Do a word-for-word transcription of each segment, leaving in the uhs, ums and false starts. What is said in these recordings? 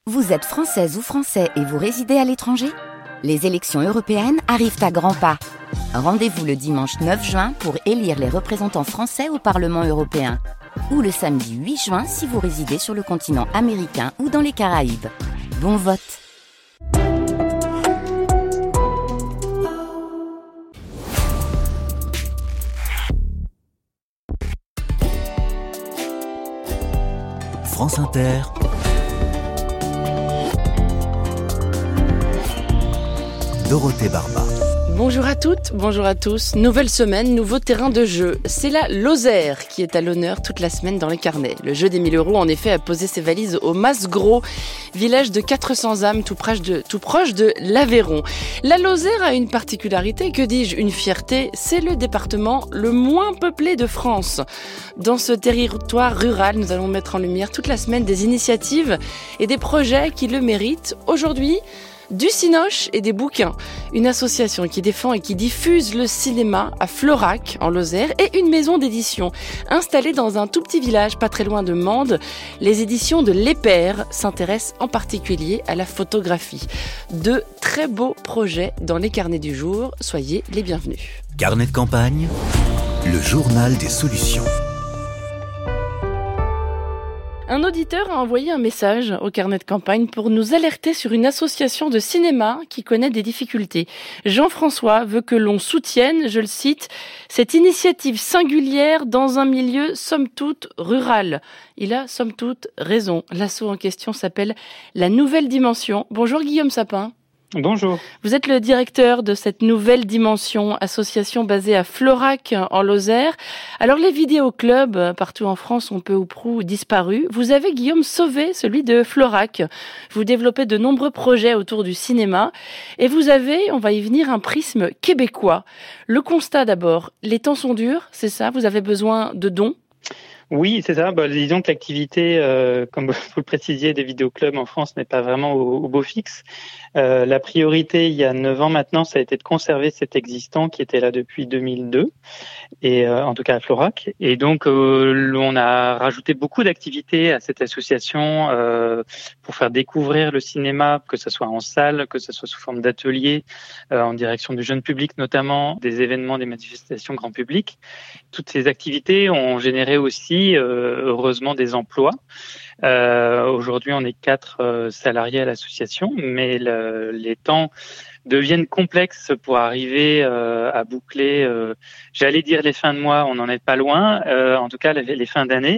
Vous êtes française ou français et vous résidez à l'étranger ? Les élections européennes arrivent à grands pas. Rendez-vous le dimanche neuf juin pour élire les représentants français au Parlement européen. Ou le samedi huit juin si vous résidez sur le continent américain ou dans les Caraïbes. Bon vote! France Inter. Dorothée Barba. Bonjour à toutes, bonjour à tous. Nouvelle semaine, nouveau terrain de jeu. C'est la Lozère qui est à l'honneur toute la semaine dans les carnets. Le jeu des mille euros, en effet, a posé ses valises au Mas-Gros, village de quatre cents âmes tout proche de, tout proche de l'Aveyron. La Lozère a une particularité, que dis-je, une fierté, c'est le département le moins peuplé de France. Dans ce territoire rural, nous allons mettre en lumière toute la semaine des initiatives et des projets qui le méritent. Aujourd'hui, du cinoche et des bouquins. Une association qui défend et qui diffuse le cinéma à Florac, en Lozère, et une maison d'édition installée dans un tout petit village pas très loin de Mende. Les éditions de l'Épère s'intéressent en particulier à la photographie. De très beaux projets dans les carnets du jour. Soyez les bienvenus. Carnet de campagne, le journal des solutions. Un auditeur a envoyé un message au carnet de campagne pour nous alerter sur une association de cinéma qui connaît des difficultés. Jean-François veut que l'on soutienne, je le cite, cette initiative singulière dans un milieu somme toute rural. Il a somme toute raison. L'asso en question s'appelle La Nouvelle Dimension. Bonjour Guillaume Sapin. Bonjour. Vous êtes le directeur de cette Nouvelle Dimension, association basée à Florac, en Lozère. Alors, les vidéoclubs, partout en France, ont peu ou prou disparu. Vous avez, Guillaume, sauvé celui de Florac. Vous développez de nombreux projets autour du cinéma. Et vous avez, on va y venir, un prisme québécois. Le constat d'abord, les temps sont durs, c'est ça? Vous avez besoin de dons? Oui, c'est ça. Bah, disons que l'activité, euh, comme vous le précisiez, des vidéoclubs en France n'est pas vraiment au, au beau fixe. Euh, la priorité, il y a neuf ans maintenant, ça a été de conserver cet existant qui était là depuis deux mille deux, et euh, en tout cas à Florac. Et donc, euh, on a rajouté beaucoup d'activités à cette association euh, pour faire découvrir le cinéma, que ce soit en salle, que ce soit sous forme d'ateliers, euh, en direction du jeune public notamment, des événements, des manifestations grand public. Toutes ces activités ont généré aussi, euh, heureusement, des emplois. Euh, aujourd'hui, on est quatre euh, salariés à l'association, mais le, les temps deviennent complexes pour arriver euh, à boucler, euh, j'allais dire les fins de mois, on n'en est pas loin, euh, en tout cas les, les fins d'année.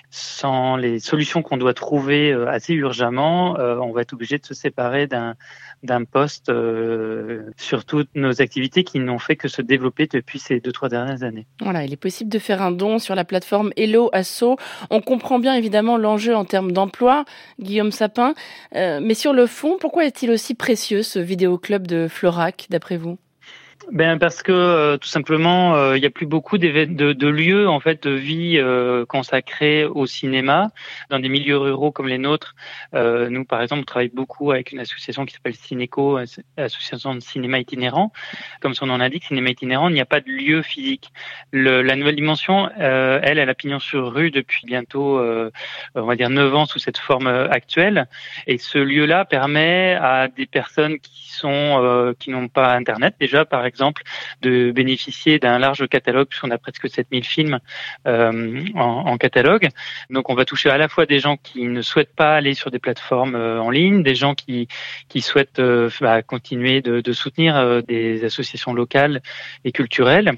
Sans les solutions qu'on doit trouver euh, assez urgemment, euh, on va être obligé de se séparer d'un, d'un poste euh, sur toutes nos activités qui n'ont fait que se développer depuis ces deux, trois dernières années. Voilà, il est possible de faire un don sur la plateforme Hello Asso. On comprend bien évidemment l'enjeu en termes d'emploi, Guillaume Sapin, euh, mais sur le fond, pourquoi est-il aussi précieux ce vidéoclub de Florac, d'après vous? Ben parce que euh, tout simplement, euh, il y a plus beaucoup de, de lieux en fait de vie euh, consacrés au cinéma dans des milieux ruraux comme les nôtres. Euh, nous, par exemple, on travaille beaucoup avec une association qui s'appelle Cinéco, association de cinéma itinérant. Comme son nom l'indique, cinéma itinérant, il n'y a pas de lieu physique. Le, la Nouvelle Dimension, euh, elle, elle a pignon sur rue depuis bientôt, euh, on va dire neuf ans sous cette forme actuelle. Et ce lieu-là permet à des personnes qui sont euh, qui n'ont pas Internet déjà, par exemple, exemple, de bénéficier d'un large catalogue, puisqu'on a presque sept mille films euh, en, en catalogue. Donc, on va toucher à la fois des gens qui ne souhaitent pas aller sur des plateformes euh, en ligne, des gens qui, qui souhaitent euh, bah, continuer de, de soutenir euh, des associations locales et culturelles.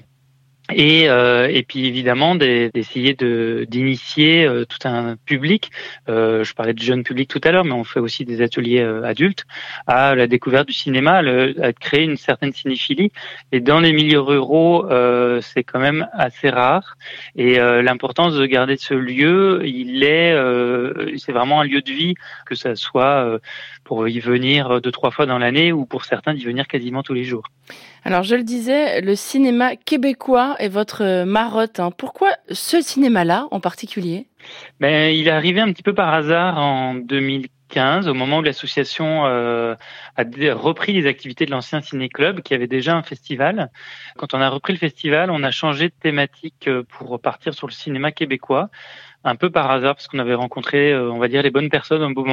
Et, euh, et puis évidemment d'essayer de, d'initier euh, tout un public. Euh, je parlais de jeunes publics tout à l'heure, mais on fait aussi des ateliers euh, adultes à la découverte du cinéma, le, à créer une certaine cinéphilie. Et dans les milieux ruraux, euh, c'est quand même assez rare. Et euh, l'importance de garder ce lieu, il est, euh, c'est vraiment un lieu de vie, que ça soit euh, pour y venir deux trois fois dans l'année ou pour certains d'y venir quasiment tous les jours. Alors, je le disais, le cinéma québécois est votre marotte. Hein. Pourquoi ce cinéma-là en particulier ? Ben, il est arrivé un petit peu par hasard en deux mille quinze, au moment où l'association euh, a repris les activités de l'ancien ciné-club, qui avait déjà un festival. Quand on a repris le festival, on a changé de thématique pour partir sur le cinéma québécois, un peu par hasard, parce qu'on avait rencontré, on va dire, les bonnes personnes au bon moment.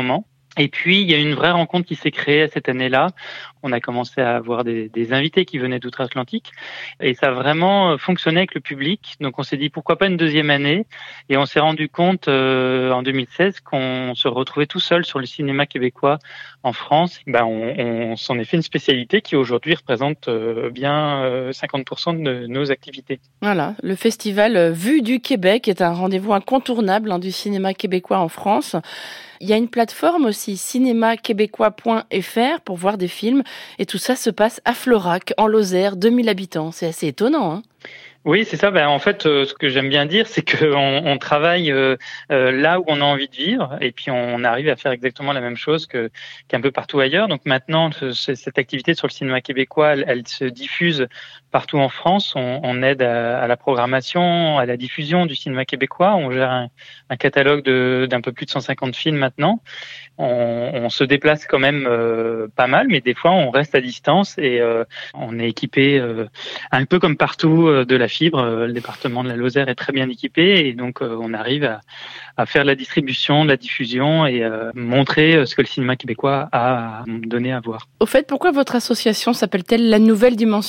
Et puis, il y a une vraie rencontre qui s'est créée cette année-là. On a commencé à avoir des, des invités qui venaient d'outre-Atlantique et ça a vraiment fonctionné avec le public. Donc, on s'est dit pourquoi pas une deuxième année et on s'est rendu compte euh, en deux mille seize qu'on se retrouvait tout seul sur le cinéma québécois en France. Ben, on, on s'en est fait une spécialité qui aujourd'hui représente euh, bien euh, cinquante pour cent de nos activités. Voilà, le festival Vue du Québec est un rendez-vous incontournable hein, du cinéma québécois en France. Il y a une plateforme aussi, cinéma québécois point f r, pour voir des films. Et tout ça se passe à Florac, en Lozère, deux mille habitants. C'est assez étonnant, hein ? Oui, c'est ça. Ben, en fait, euh, ce que j'aime bien dire, c'est qu'on on travaille euh, euh, là où on a envie de vivre, et puis on arrive à faire exactement la même chose que qu'un peu partout ailleurs. Donc maintenant, ce, cette activité sur le cinéma québécois, elle, elle se diffuse partout en France. On, on aide à, à la programmation, à la diffusion du cinéma québécois. On gère un, un catalogue de, d'un peu plus de cent cinquante films maintenant. On, on se déplace quand même euh, pas mal, mais des fois on reste à distance et euh, on est équipé euh, un peu comme partout euh, de la fibre. Le département de la Lozère est très bien équipé et donc euh, on arrive à, à faire de la distribution, de la diffusion et euh, montrer ce que le cinéma québécois a à donner à voir. Au fait, pourquoi votre association s'appelle-t-elle La Nouvelle Dimension ?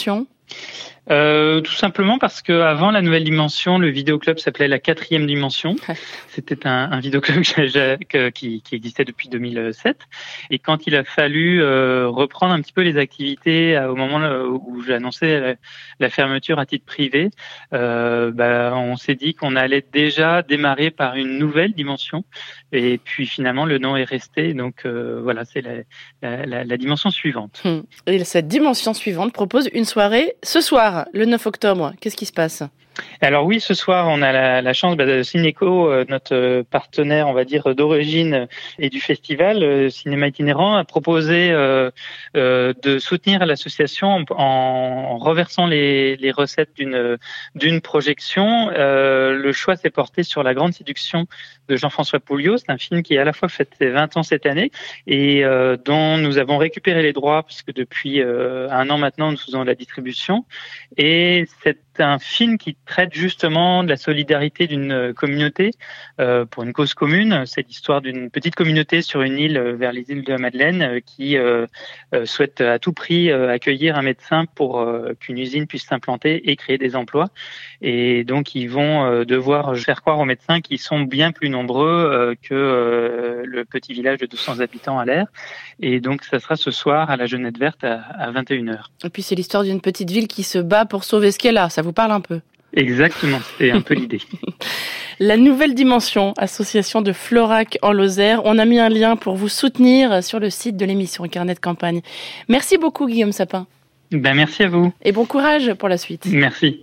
Euh, tout simplement parce que avant la Nouvelle Dimension, le vidéoclub s'appelait la Quatrième Dimension. C'était un, un vidéoclub qui, qui existait depuis deux mille sept. Et quand il a fallu euh, reprendre un petit peu les activités euh, au moment où j'ai annoncé la, la fermeture à titre privé, euh, bah, on s'est dit qu'on allait déjà démarrer par une nouvelle dimension. Et puis finalement, le nom est resté. Donc euh, voilà, c'est la, la, la dimension suivante. Et cette dimension suivante propose une soirée ce soir, le neuf octobre. Qu'est-ce qui se passe ? Alors oui, ce soir, on a la, la chance, bah, de Cinéco, notre partenaire, on va dire, d'origine et du festival euh, Cinéma Itinérant, a proposé euh, euh, de soutenir l'association en, en reversant les, les recettes d'une, d'une projection. Euh, le choix s'est porté sur La Grande Séduction de Jean-François Pouliot. C'est un film qui à la fois fête ses vingt ans cette année et euh, dont nous avons récupéré les droits puisque depuis euh, un an maintenant, nous faisons de la distribution. Et c'est un film qui traite justement de la solidarité d'une communauté euh, pour une cause commune. C'est l'histoire d'une petite communauté sur une île euh, vers les îles de la Madeleine euh, qui euh, euh, souhaite à tout prix euh, accueillir un médecin pour euh, qu'une usine puisse s'implanter et créer des emplois. Et donc, ils vont euh, devoir faire croire aux médecins qu'ils sont bien plus nombreux euh, que euh, le petit village de deux cents habitants à l'air. Et donc, ça sera ce soir à la Jeunette Verte à, à vingt et une heures. Et puis, c'est l'histoire d'une petite ville qui se bat pour sauver ce qu'elle a. Ça vous parle un peu ? Exactement, c'est un peu l'idée. La Nouvelle Dimension, association de Florac en Lozère. On a mis un lien pour vous soutenir sur le site de l'émission Carnet de campagne. Merci beaucoup Guillaume Sapin. Ben, merci à vous. Et bon courage pour la suite. Merci.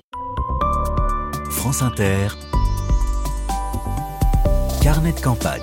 France Inter, Carnet de campagne.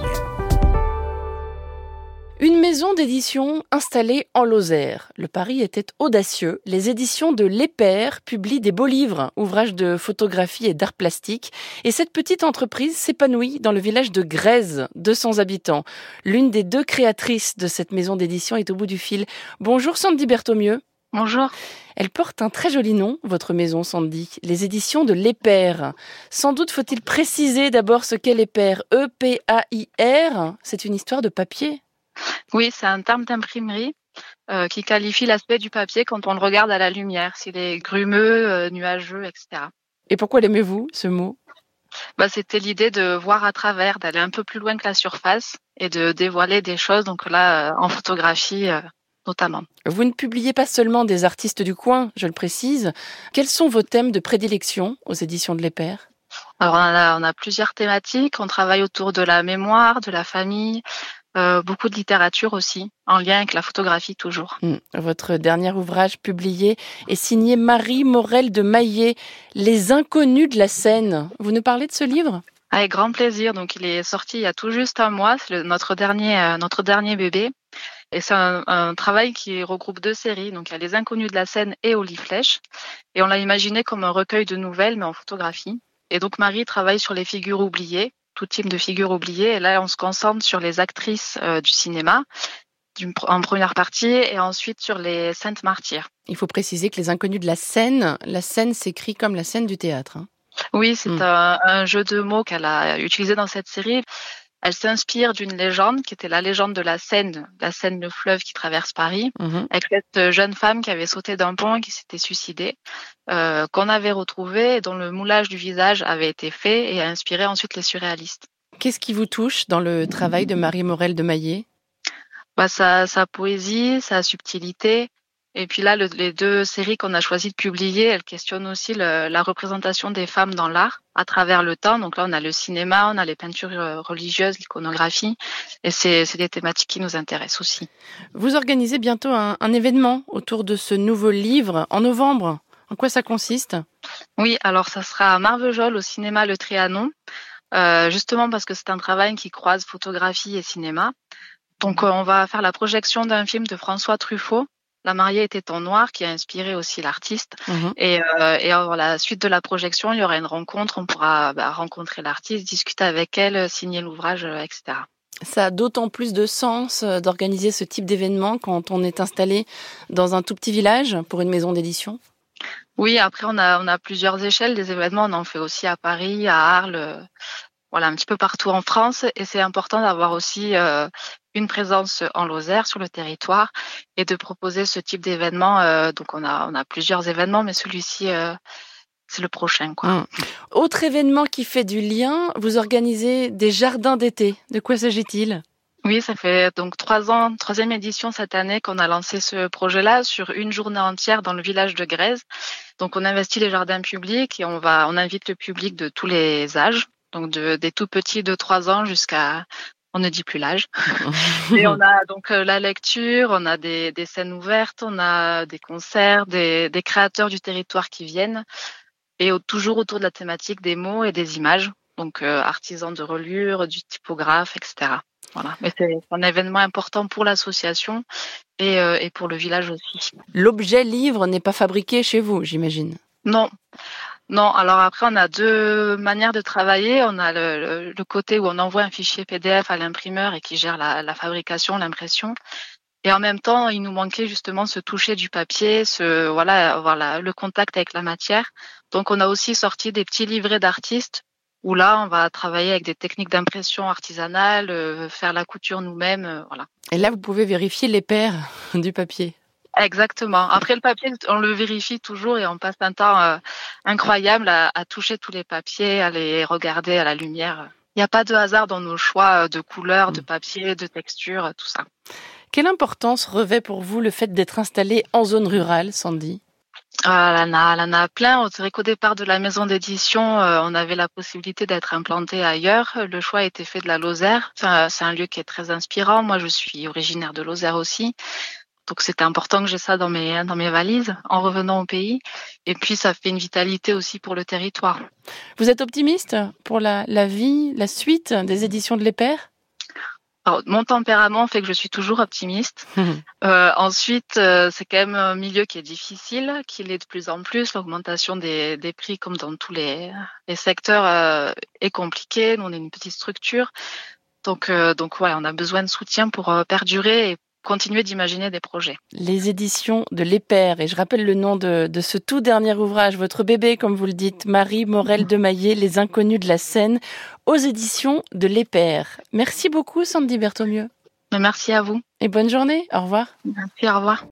Une maison d'édition installée en Lozère. Le pari était audacieux. Les éditions de L'Épère publient des beaux livres, ouvrages de photographie et d'art plastique. Et cette petite entreprise s'épanouit dans le village de Grèzes, deux cents habitants. L'une des deux créatrices de cette maison d'édition est au bout du fil. Bonjour Sandy Berthaumieux. Bonjour. Elle porte un très joli nom, votre maison, Sandy. Les éditions de L'Épère. Sans doute faut-il préciser d'abord ce qu'est L'Épère. E P A I R, c'est une histoire de papier. Oui, c'est un terme d'imprimerie euh, qui qualifie l'aspect du papier quand on le regarde à la lumière, s'il est grumeux, euh, nuageux, et cetera. Et pourquoi l'aimez-vous, ce mot ? Bah, c'était l'idée de voir à travers, d'aller un peu plus loin que la surface et de dévoiler des choses, donc là, euh, en photographie euh, notamment. Vous ne publiez pas seulement des artistes du coin, je le précise. Quels sont vos thèmes de prédilection aux éditions de L'Épère ? Alors, on a, on a plusieurs thématiques. On travaille autour de la mémoire, de la famille, Euh, beaucoup de littérature aussi, en lien avec la photographie toujours. Mmh. Votre dernier ouvrage publié est signé Marie Morel de Maillet, Les Inconnus de la Seine. Vous nous parlez de ce livre ? Avec grand plaisir. Donc, il est sorti il y a tout juste un mois. C'est le, notre dernier, euh, notre dernier bébé. Et c'est un, un travail qui regroupe deux séries. Donc, il y a Les Inconnus de la Seine et Oliflèche. Et on l'a imaginé comme un recueil de nouvelles, mais en photographie. Et donc, Marie travaille sur les figures oubliées, tout type de figures oubliées. Et là, on se concentre sur les actrices euh, du cinéma d'une, en première partie et ensuite sur les saintes martyrs. Il faut préciser que Les Inconnus de la Seine, la scène s'écrit comme la scène du théâtre. Hein. Oui, c'est mmh. un, un jeu de mots qu'elle a utilisé dans cette série. elle s'inspire d'une légende qui était la légende de la Seine, la Seine, le fleuve qui traverse Paris, mmh. avec cette jeune femme qui avait sauté d'un pont et qui s'était suicidée, euh, qu'on avait retrouvée et dont le moulage du visage avait été fait et a inspiré ensuite les surréalistes. Qu'est-ce qui vous touche dans le travail de Marie Morel de Maillet ? Bah, sa, sa poésie, sa subtilité. Et puis là, le, les deux séries qu'on a choisi de publier, elles questionnent aussi le, la représentation des femmes dans l'art à travers le temps. Donc là, on a le cinéma, on a les peintures religieuses, l'iconographie. Et c'est, c'est des thématiques qui nous intéressent aussi. Vous organisez bientôt un, un événement autour de ce nouveau livre en novembre. En quoi ça consiste ? Oui, alors ça sera à Marvejols au cinéma Le Trianon, euh, justement parce que c'est un travail qui croise photographie et cinéma. Donc euh, on va faire la projection d'un film de François Truffaut, La mariée était en noir, qui a inspiré aussi l'artiste. Mmh. Et, euh, et à la suite de la projection, il y aura une rencontre. On pourra bah, rencontrer l'artiste, discuter avec elle, signer l'ouvrage, et cetera. Ça a d'autant plus de sens d'organiser ce type d'événement quand on est installé dans un tout petit village pour une maison d'édition ? Oui, après on a, on a plusieurs échelles des événements. On en fait aussi à Paris, à Arles, voilà, un petit peu partout en France. Et c'est important d'avoir aussi euh, une présence en Lozère sur le territoire et de proposer ce type d'événement. Euh, donc on a, on a plusieurs événements, mais celui-ci, euh, c'est le prochain, quoi. Mmh. Autre événement qui fait du lien, vous organisez des jardins d'été. De quoi s'agit-il ? Oui, ça fait donc trois ans, troisième édition cette année qu'on a lancé ce projet-là sur une journée entière dans le village de Grèzes. Donc on investit les jardins publics et on va, on invite le public de tous les âges, donc de, des tout petits de trois ans jusqu'à, on ne dit plus l'âge. Et on a donc la lecture, on a des, des scènes ouvertes, on a des concerts, des, des créateurs du territoire qui viennent et au, toujours autour de la thématique des mots et des images. Donc euh, artisans de reliure, du typographe, et cetera. Voilà, mais c'est un événement important pour l'association et, euh, et pour le village aussi. L'objet livre n'est pas fabriqué chez vous, j'imagine ? Non, non. Alors après, on a deux manières de travailler. On a le, le, le côté où on envoie un fichier P D F à l'imprimeur et qui gère la, la fabrication, l'impression. Et en même temps, il nous manquait justement ce toucher du papier, ce voilà, voilà, le contact avec la matière. Donc, on a aussi sorti des petits livrets d'artistes où là, on va travailler avec des techniques d'impression artisanale, euh, faire la couture nous-mêmes, euh, voilà. Et là, vous pouvez vérifier les paires du papier. Exactement. Après, le papier, on le vérifie toujours et on passe un temps euh, incroyable à, à toucher tous les papiers, à les regarder à la lumière. Il n'y a pas de hasard dans nos choix de couleurs, de papier, de texture, tout ça. Quelle importance revêt pour vous le fait d'être installé en zone rurale, Sandy ? Ah, elle en a, elle en a plein. C'est vrai qu'au départ de la maison d'édition, euh, on avait la possibilité d'être implanté ailleurs. Le choix a été fait de la Lozère. Enfin, c'est un lieu qui est très inspirant. Moi, je suis originaire de Lozère aussi. Donc, c'était important que j'ai ça dans mes, dans mes valises en revenant au pays. Et puis, ça fait une vitalité aussi pour le territoire. Vous êtes optimiste pour la, la vie, la suite des éditions de l'Épère ? Alors, mon tempérament fait que je suis toujours optimiste. Mmh. Euh, ensuite, euh, c'est quand même un milieu qui est difficile, qui l'est de plus en plus. L'augmentation des, des prix, comme dans tous les, les secteurs, euh, est compliquée. Nous, on est une petite structure. Donc, euh, donc ouais, on a besoin de soutien pour euh, perdurer et continuer d'imaginer des projets. Les éditions de l'Épère, et je rappelle le nom de, de ce tout dernier ouvrage, votre bébé, comme vous le dites, Marie Morel de Maillet, Les Inconnus de la Seine, aux éditions de l'Épère. Merci beaucoup, Sandy Berthaumieux. Merci à vous. Et bonne journée. Au revoir. Merci, au revoir.